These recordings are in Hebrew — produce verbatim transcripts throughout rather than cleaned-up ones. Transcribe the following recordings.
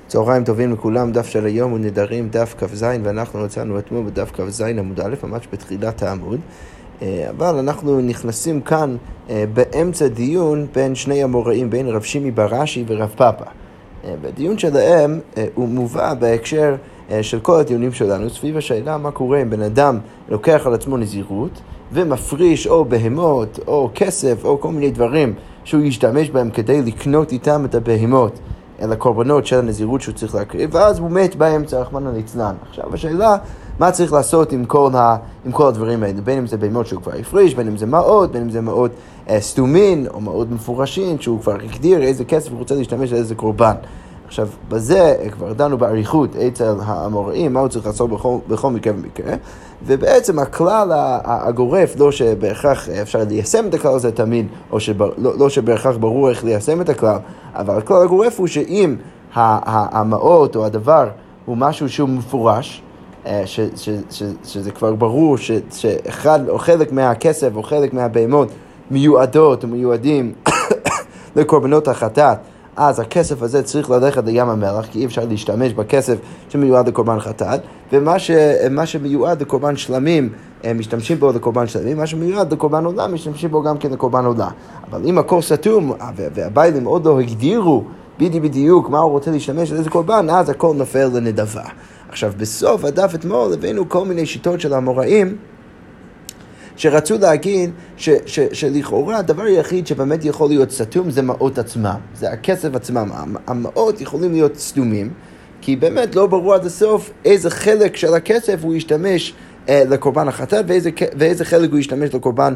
צהריים טובים לכולם, דף של היום הוא נדרים דף כ"ז, ואנחנו מצאנו אתמול בדף כ"ז עמוד א', ממש בתחילת העמוד. אבל אנחנו נכנסים כאן באמצע דיון בין שני המוראים, בין רב שימי בר אשי ורב פאפא. בדיון שלהם הוא מובא בהקשר של כל הדיונים שלנו, סביב השאלה מה קורה אם בן אדם לוקח על עצמו נזירות ומפריש או בהמות או כסף או כל מיני דברים שהוא ישתמש בהם כדי לקנות איתם את הבהמות אל הקורבנות של הנזירות שהוא צריך להקריב, ואז הוא מת באמצע, רחמנא ליצלן. עכשיו השאלה, מה צריך לעשות עם כל, ה, עם כל הדברים האלה? בין אם זה בהמות שהוא כבר הפריש, בין אם זה מעות, בין אם זה מעות אה, סתומין או מעות מפורשים, שהוא כבר הגדיר איזה כסף הוא רוצה להשתמש לאיזה קורבן. עכשיו, בזה כבר דנו בעריכות אצל האמוראים, מה הוא צריך לעשות בכל, בכל מקרה ומקרה, ובעצם הכלל הגורף, לא שבהכרח אפשר ליישם את הכלל הזה תמיד, או שלא, לא שבהכרח ברור איך ליישם את הכלל, אבל הכלל הגורף הוא שאם המעות או הדבר הוא משהו שהוא מפורש, ש, ש, ש, שזה כבר ברור ש, שאחד או חלק מהכסף או חלק מהבהמות מיועדות או מיועדים לקורבנות החטאת, אז הכסף הזה צריך ללכת לים המלח, כי אי אפשר להשתמש בכסף שמיועד לקורבן חטאת, ומה ש, מה שמיועד לקורבן שלמים, משתמשים בו לקורבן שלמים, מה שמיועד לקורבן עולה, משתמשים בו גם כן לקורבן עולה. אבל אם הכל סתום, והביילים עוד לא הגדירו בדיוק בדיוק מה הוא רוצה להשתמש לאיזה קורבן, אז הכל נופל לנדבה. עכשיו, בסוף הדף אתמול הבאנו כל מיני שיטות של האמוראים, שרצו להגיד ש, ש, שלכאורה הדבר היחיד שבאמת יכול להיות סתום זה מעות עצמם, זה הכסף עצמם. המעות יכולים להיות סתומים, כי באמת לא ברור עד הסוף איזה חלק של הכסף הוא ישתמש אה, לקורבן החטאת, ואיזה, ואיזה חלק הוא ישתמש לקורבן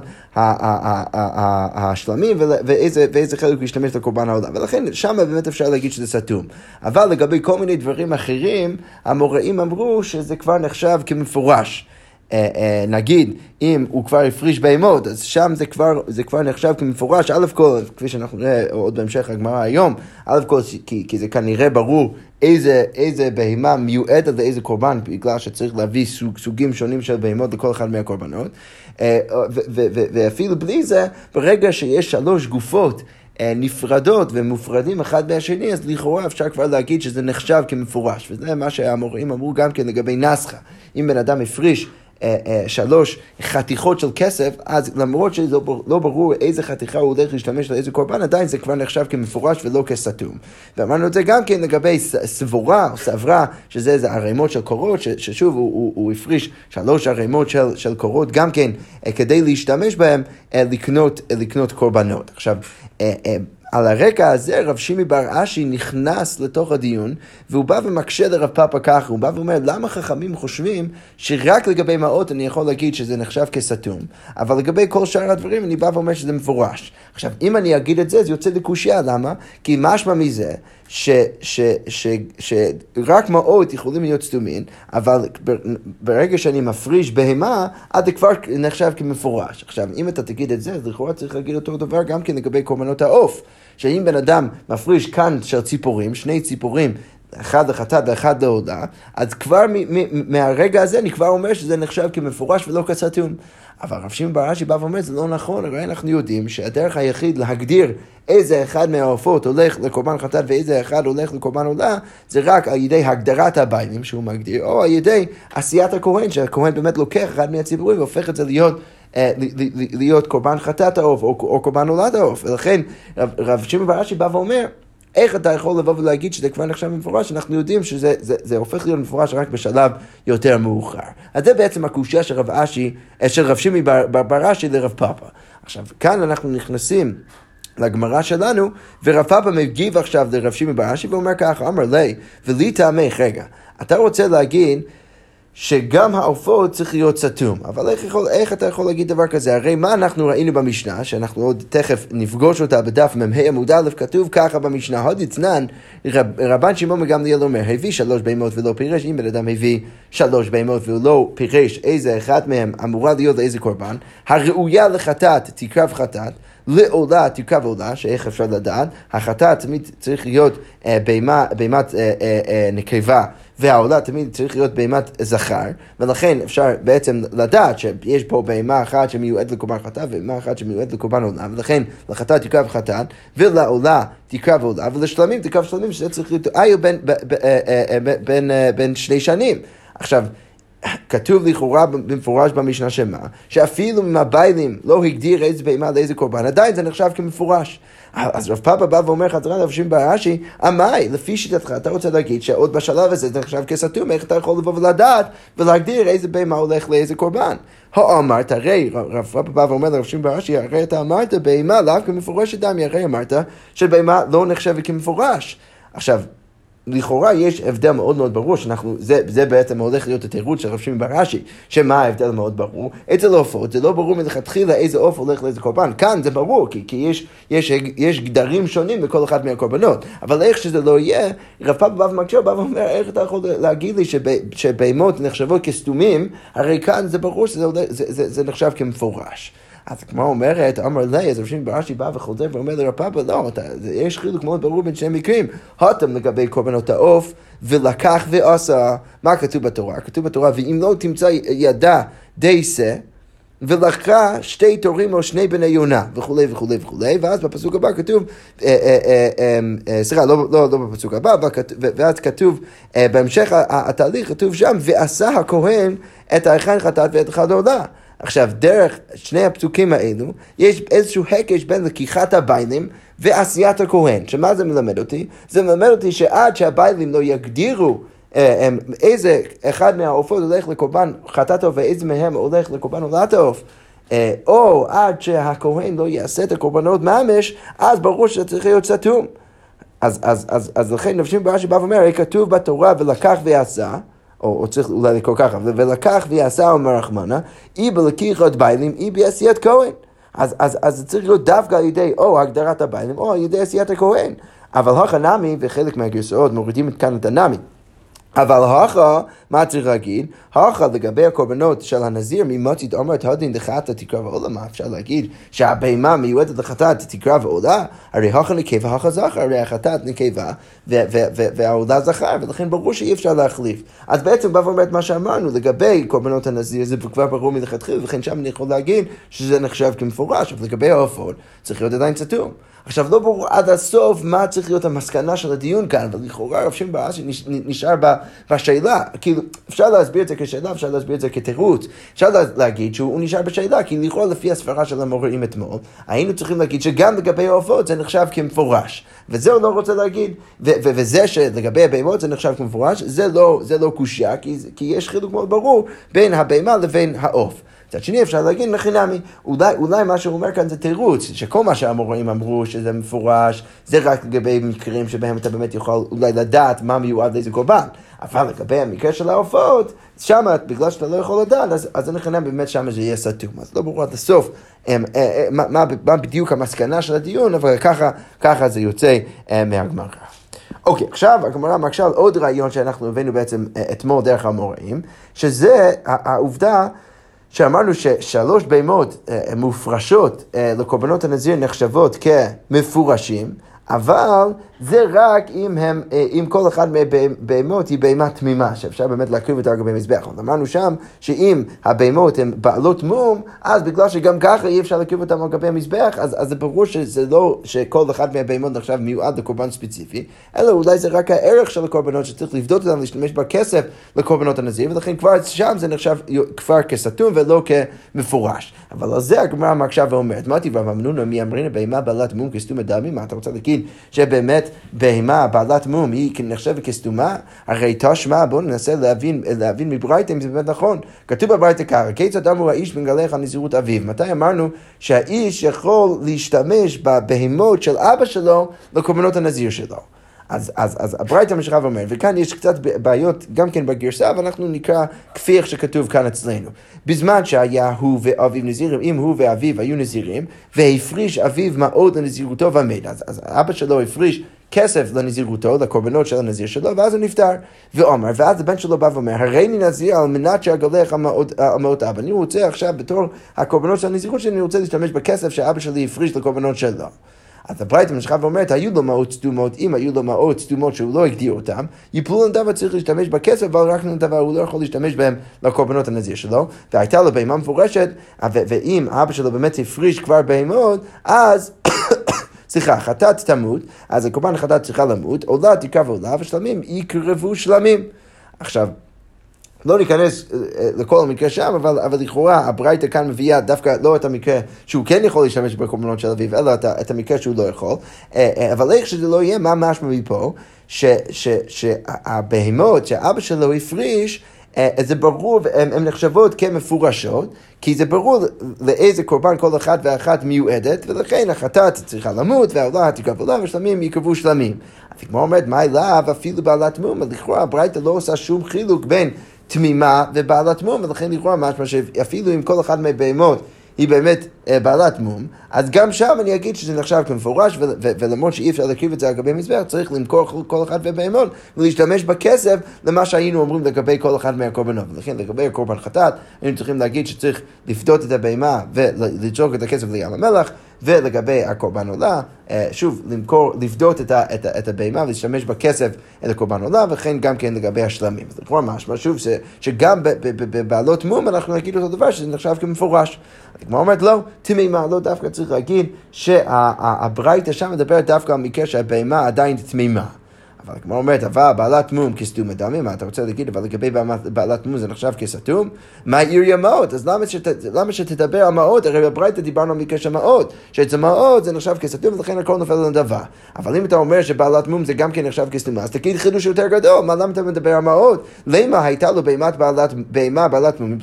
השלמים, ואיזה, ואיזה חלק הוא ישתמש לקורבן העולם. ולכן שם באמת אפשר להגיד שזה סתום. אבל לגבי כל מיני דברים אחרים, המוראים אמרו שזה כבר נחשב כמפורש. נגיד, אם הוא כבר הפריש בהמות, אז שם זה כבר, זה כבר נחשב כמפורש, א' כל, כפי שאנחנו נראה עוד בהמשך הגמרא היום, א' כל, כי, כי זה כנראה ברור איזה, איזה בהמה מיועדת לאיזה קורבן, בגלל שצריך להביא סוג, סוגים שונים של בהמות לכל אחד מהקורבנות, ואפילו בלי זה, ברגע שיש שלוש גופות נפרדות ומופרדים אחד מהשני, אז לכאורה אפשר כבר להגיד שזה נחשב כמפורש, וזה מה שהאמוראים אמרו גם כן לגבי נסחה. אם בן אדם הפריש שלוש חתיכות של כסף, אז למרות שזה לא ברור איזה חתיכה הוא הולך להשתמש לאיזה קורבן, עדיין זה כבר נחשב כמפורש ולא כסתום. ואמרנו את זה גם כן לגבי סבורה או סברה, שזה איזה ערימות של קורות, ששוב הוא, הוא, הוא הפריש שלוש ערימות של, של קורות, גם כן כדי להשתמש בהם לקנות, לקנות קורבנות. עכשיו, על הרקע הזה רב שימי בר אשי נכנס לתוך הדיון, והוא בא ומקשה לרב פאפא ככה, הוא בא ואומר, למה חכמים חושבים שרק לגבי מעות אני יכול להגיד שזה נחשב כסתום, אבל לגבי כל שאר הדברים אני בא ואומר שזה מפורש. עכשיו, אם אני אגיד את זה, זה יוצא לקושיה, למה? כי משמע מזה ש, ש, ש, ש, שרק מעות יכולים להיות סתומים, אבל ברגע שאני מפריש בהמה, עד כבר נחשב כמפורש. עכשיו, אם אתה תגיד את זה, אז לכאורה צריך להגיד אותו דבר גם כן לגבי קורבנות העוף. שאם בן אדם מפריש כאן של ציפורים, שני ציפורים, אחד לחטאת ואחד לעולה, אז כבר מ- מ- מהרגע הזה אני כבר אומר שזה נחשב כמפורש ולא כסתום. אבל רב שימי בר אשי בא ואומר, זה לא נכון, הרי אנחנו יודעים שהדרך היחיד להגדיר איזה אחד מהעופות הולך לקורבן חטאת ואיזה אחד הולך לקורבן עולה, זה רק על ידי הגדרת הביילים שהוא מגדיר, או על ידי עשיית הכהן, שהכהן באמת לוקח אחד מהציפורים והופך את זה להיות להיות קורבן חטאת העוף או קורבן עולת העוף. ולכן רב שימי בר אשי בא ואומר, איך אתה יכול לבוא ולהגיד שזה כבר נחשב מפורש? אנחנו יודעים שזה זה, זה הופך להיות מפורש רק בשלב יותר מאוחר. אז זה בעצם הקושיה של רב אשי, של רב שימי בר, בר אשי לרב פאפא. עכשיו, כאן אנחנו נכנסים לגמרא שלנו, ורב פאפא מגיב עכשיו לרב שימי בר אשי ואומר ככה, אמר לי, ולי טעמך, רגע, אתה רוצה להגיד שגם העופות צריך להיות סתום. אבל איך, יכול, איך אתה יכול להגיד דבר כזה? הרי מה אנחנו ראינו במשנה, שאנחנו עוד תכף נפגוש אותה בדף מ"ה עמוד א', כתוב ככה במשנה, הוד יצנן, רב, רבן שמעון מגמליאל אומר, הביא שלוש בהמות ולא פירש, אם בן אדם הביא שלוש בהמות ולא פירש איזה אחד מהם אמורה להיות לאיזה קורבן, הראויה לחטאת תקרב חטאת, לעולה תקרב עולה, שאיך אפשר לדעת, החטאת תמיד צריך להיות אה, בהמה, בהמת אה, אה, אה, נקבה, והעולה תמיד צריך להיות בהמת זכר, ולכן אפשר בעצם לדעת שיש פה בהמה אחת שמיועד לקורבן חטאת, ובהמה אחת שמיועד לקורבן עולה, ולכן לחטאת תקרב חטאת, ולעולה תקרב עולה, ולשלמים תקרב שלמים, שזה צריך להיות איו בין, בין, בין, בין, בין שני שנים. עכשיו, כתוב לכאורה במפורש במשנה שמה, שאפילו אם הבעלים לא הגדיר איזה בהמה לאיזה קורבן, עדיין זה נחשב כמפורש. אז רב פאפא בא ואומר חזרה לרב ברש"י, אמאי, לפי שיטתך, אתה רוצה להגיד שעוד בשלב הזה זה נחשב כסתום, איך אתה יכול לבוא ולדעת ולהגדיר איזה בהמה הולך לאיזה קורבן? הו אמרת, הרי רב פאפא בא ואומר לרב ברש"י, הרי אתה אמרת בהמה לאו כמפורשת דמי, הרי אמרת שבהמה לא נחשבת כמפורש. עכשיו, לכאורה יש הבדל מאוד מאוד ברור, שאנחנו, זה, זה בעצם הולך להיות התירוץ של רב שמעון בר רש"י, שמה ההבדל מאוד ברור? אצל עופות, זה לא ברור מלכתחילה איזה עוף הולך לאיזה קורבן, כאן זה ברור, כי, כי יש, יש, יש גדרים שונים לכל אחד מהקורבנות, אבל איך שזה לא יהיה, רב פאפא בא ומקשה, בא ואומר, איך אתה יכול להגיד לי שבהמות נחשבות כסתומים, הרי כאן זה ברור שזה זה, זה, זה נחשב כמפורש. אז כמו אומרת, אמר לי, אז רב שמעון בר רש"י בא וחוזר ואומר לרב פאפא, לא, יש חילוק מאוד ברור בין שני מקרים. הותם לגבי קורבנות העוף, ולקח ועשה, מה כתוב בתורה? כתוב בתורה, ואם לא תמצא ידה דייסה, ולקחה שתי תורים או שני בני יונה, וכו' וכו' וכו', ואז בפסוק הבא כתוב, סליחה, לא, לא, לא בפסוק הבא, ואז כתוב, בהמשך התהליך כתוב שם, ועשה הכהן את האחד חטאת ואת אחד עולה. עכשיו, דרך שני הפסוקים האלו, יש איזשהו הקש בין לקיחת הבעלים ועשיית הכהן. שמה זה מלמד אותי? זה מלמד אותי שעד שהבעלים לא יגדירו איזה אחד מהעופות הולך לקורבן חטאת העוף ואיזה מהם הולך לקורבן עולת העוף, או עד שהכהן לא יעשה את הקורבנות ממש, אז ברור שזה צריך להיות סתום. אז, אז, אז, אז לכן רב שמעון בר רש"י בא ואומר, כתוב בתורה ולקח ועשה, או, או צריך אולי לקרוא ככה, ולקח ויעשה אומר רחמנה, אי בלקיחת בעלים, אי בעשיית כהן. אז, אז, אז זה צריך להיות דווקא על ידי או הגדרת הבעלים, או על ידי עשיית הכהן. אבל הכה נמי, וחלק מהגרסאות מורידים את כאן את הנמי. אבל הכה, מה צריך להגיד? הכה לגבי הקורבנות של הנזיר, ממוצית אומרת הדין דחטא תקרב עולה, מה אפשר להגיד? שהבהמה מיועדת לחטאת תקרב עולה? הרי הכה נקבה, הכה זכר, הרי החטאת נקבה והעולה זכר, ולכן ברור שאי אפשר להחליף. אז בעצם בא ואומרת מה שאמרנו, לגבי קורבנות הנזיר, זה כבר ברור מלכתחילה, וכן שם אני יכול להגיד שזה נחשב כמפורש, אבל לגבי העופות צריך להיות עדיין סתום. עכשיו, לא ברור עד הסוף מה צריך להיות המסקנה של הדיון כאן, אבל לכאורה רב שמעון בר רש"י נשאר בשאלה, כאילו, אפשר להסביר את זה כשאלה, אפשר להסביר את זה כתירוץ, אפשר להגיד שהוא נשאר בשאלה, כי לכאורה לפי הספרה של המוראים אתמול, היינו צריכים להגיד שגם לגבי העופות זה נחשב כמפורש, וזה הוא לא רוצה להגיד, וזה שלגבי הבהמות זה נחשב כמפורש, זה לא, זה לא קושיה, כי, כי יש חילוק מאוד ברור בין הבהמה לבין העוף. מצד שני אפשר להגיד מחינמי, אולי, אולי מה שהוא אומר כאן זה תירוץ, שכל מה שהאמוראים אמרו שזה מפורש, זה רק לגבי מקרים שבהם אתה באמת יכול אולי לדעת מה מיועד לאיזה קורבן. אבל לגבי המקרה של העופות, שם, בגלל שאתה לא יכול לדעת, אז, אז נכנם באמת שם זה יהיה סתום. אז לא ברור עד הסוף הם, אה, מה, מה, מה בדיוק המסקנה של הדיון, אבל ככה, ככה זה יוצא אה, מהגמרא. אוקיי, עכשיו הגמרא מקשה על עוד רעיון שאנחנו הבאנו בעצם אה, אתמול דרך האמוראים, שזה העובדה שאמרנו ששלוש בהמות אה, מופרשות אה, לקורבנות הנזיר נחשבות כמפורשים, אבל זה רק אם, הם, אם כל אחד מהבהמות היא בהמה תמימה, שאפשר באמת להקריב אותה על גבי מזבח. אמרנו שם שאם הבהמות הן בעלות מום, אז בגלל שגם ככה אי אפשר להקריב אותם על גבי המזבח, אז, אז זה ברור שזה לא שכל אחד מהבהמות נחשב מיועד לקורבן ספציפי, אלא אולי זה רק הערך של הקורבנות שצריך לבדות אותם, להשתמש בכסף לקורבנות הנזיר, ולכן כבר שם זה נחשב כבר כסתום ולא כמפורש. אבל על זה הגמרא מקשה ואומרת, מה תברא ממנונה מי אמרינה בהמה בעלת מום כסתום דמים? מה אתה רוצה להגיד שבאמת בהמה בעלת מום היא נחשבת כסתומה? הרי תשמע, בואו ננסה להבין, להבין מברייתא אם זה באמת נכון. כתוב בברייתא ככה, כיצד אמור האיש מגלח על נזירות אביו? מתי אמרנו שהאיש יכול להשתמש בבהמות של אבא שלו לקורבנות הנזיר שלו? אז, אז, אז הברייתא ממשיכה ואומרת, וכאן יש קצת בעיות גם כן בגרסה, ואנחנו נקרא כפי איך שכתוב כאן אצלנו. בזמן שהיה הוא ואביו נזירים, אם הוא ואביו היו נזירים, והפריש אביו מאוד לנזירותו ומת. אז, אז אבא שלו הפריש כסף לנזירותו, לקורבנות של הנזיר שלו, ואז הוא נפטר. ואומר, ואז הבן שלו בא ואומר, הריני נזיר על מנת שאגלח על מות אבא. אני רוצה עכשיו בתור הקורבנות של הנזירות שלי, אני רוצה להשתמש בכסף שאבא שלי הפריש לקורבנות שלו. אז הברייתא ממשיכה ואומרת, היו לו מעות סתומות, אם היו לו מעות סתומות שהוא לא הגדיר אותם, יפלו לנדבר צריך להשתמש בכסף, אבל רק לנדבר הוא לא יכול להשתמש בהם לקורבנות הנזיר שלו, והייתה לו בהמה מפורשת, ואם אבא שלו באמת הפריש כבר בהמות, אז... סליחה, חטאת תמות, אז הקורבן החטאת צריכה למות, עולה תקרב עולה, ושלמים יקרבו שלמים. עכשיו, לא ניכנס לכל המקרה שם, אבל, אבל לכאורה הברייתא כאן מביאה דווקא לא את המקרה שהוא כן יכול להשתמש בקורבנות של אביו, אלא את, את המקרה שהוא לא יכול. אבל איך שזה לא יהיה, מה משמע מפה? שהבהמות שאבא שלו הפריש, זה ברור, הן נחשבות כמפורשות, כי זה ברור לאיזה קורבן כל אחד ואחת מיועדת, ולכן החטאת צריכה למות, והעולה תקרב עולה, ושלמים יקרבו שלמים. אז כמו אומרת, מה אליו אפילו בעלת מום? לכאורה הברייתא לא עושה שום חילוק בין תמימה ובעלת מום, ולכן לכאורה משמע שאפילו אם כל אחד מהבהמות היא באמת בעלת מום, אז גם שם אני אגיד שזה נחשב כמפורש, ולמרות שאי אפשר להקריב את זה על גבי מזבח, צריך למכור כל אחד מהבהמות, ולהשתמש בכסף למה שהיינו אומרים לגבי כל אחד מהקורבנות. ולכן לגבי הקורבן חטאת, היינו צריכים להגיד שצריך לפדות את הבהמה ולזרוק את הכסף לים המלח, ולגבי הקורבן עולה, שוב, למכור, לפדות את, ה, את, ה, את הבהמה ולהשתמש בכסף את הקורבן עולה, וכן גם כן לגבי השלמים. זה כבר משמע, שוב, ש, שגם בבעלות מום אנחנו נגיד אותו דבר, שזה נחשב כמפורש. כמו אומרת, לא, תמימה, לא דווקא צריך להגיד שהברייתא שם מדברת דווקא על מקרה שהבהמה עדיין תמימה. אבל כמו אומרת, אבל בעלת מום כסתום דמים, מה אתה רוצה להגיד? אבל לגבי בעלת מום זה נחשב כסתום? מה עיר מעות? אז למה, שת, למה שתדבר על מעות? הרי בברייתא דיברנו על מקרה של מעות, שאצל מעות זה נחשב כסתום, ולכן הכל נופל על הדבר. אבל אם אתה אומר שבעלת מום זה גם כן נחשב כסתום, אז תגיד חידוש יותר גדול, מה למה אתה מדבר על מעות? למה הייתה לו בהמת בעלת, בהמה בעלת מום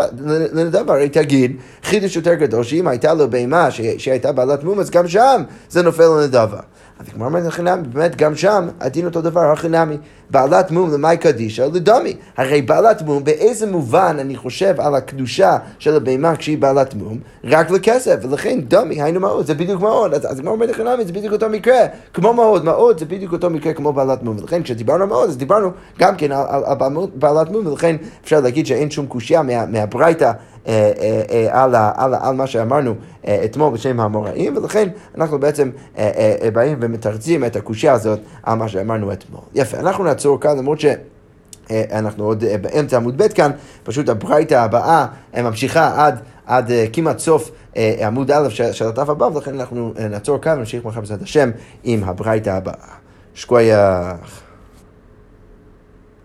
לדבר? הרי תגיד חידוש יותר גדול, שאם הייתה לו בהמה שהייתה בעלת מום, אז גם שם זה נופל על הדבר. אז כמו אומרת החינמי, באמת גם שם הדין אותו דבר, החינמי, בעלת מום למאי קדישה לדמי. הרי בעלת מום, באיזה מובן אני חושב על הקדושה של הבהמה כשהיא בעלת מום? רק לכסף, ולכן דמי, היינו מעות, זה בדיוק מעות. אז, אז כמו אומרת החינמי, זה בדיוק אותו מקרה. כמו מעות, מעות זה בדיוק אותו מקרה כמו בעלת מום. ולכן כשדיברנו על מעות, אז דיברנו גם כן על, על, על בעלת מום, ולכן אפשר להגיד שאין שום קושיה מה, מהברייתא, אה, אה, אה, על, על, על מה שאמרנו אה, אתמול בשם האמוראים, ולכן אנחנו בעצם אה, אה, באים ומתרצים את הקושיה הזאת על מה שאמרנו אתמול. יפה, אנחנו נעצור כאן, למרות שאנחנו עוד באמצע עמוד ב' כאן, פשוט הברייתא הבאה ממשיכה עד, עד כמעט סוף עמוד א' של הדף הבא, ולכן אנחנו נעצור כאן ונמשיך מחר בעזרת השם עם הברייתא הבאה. שקוייך.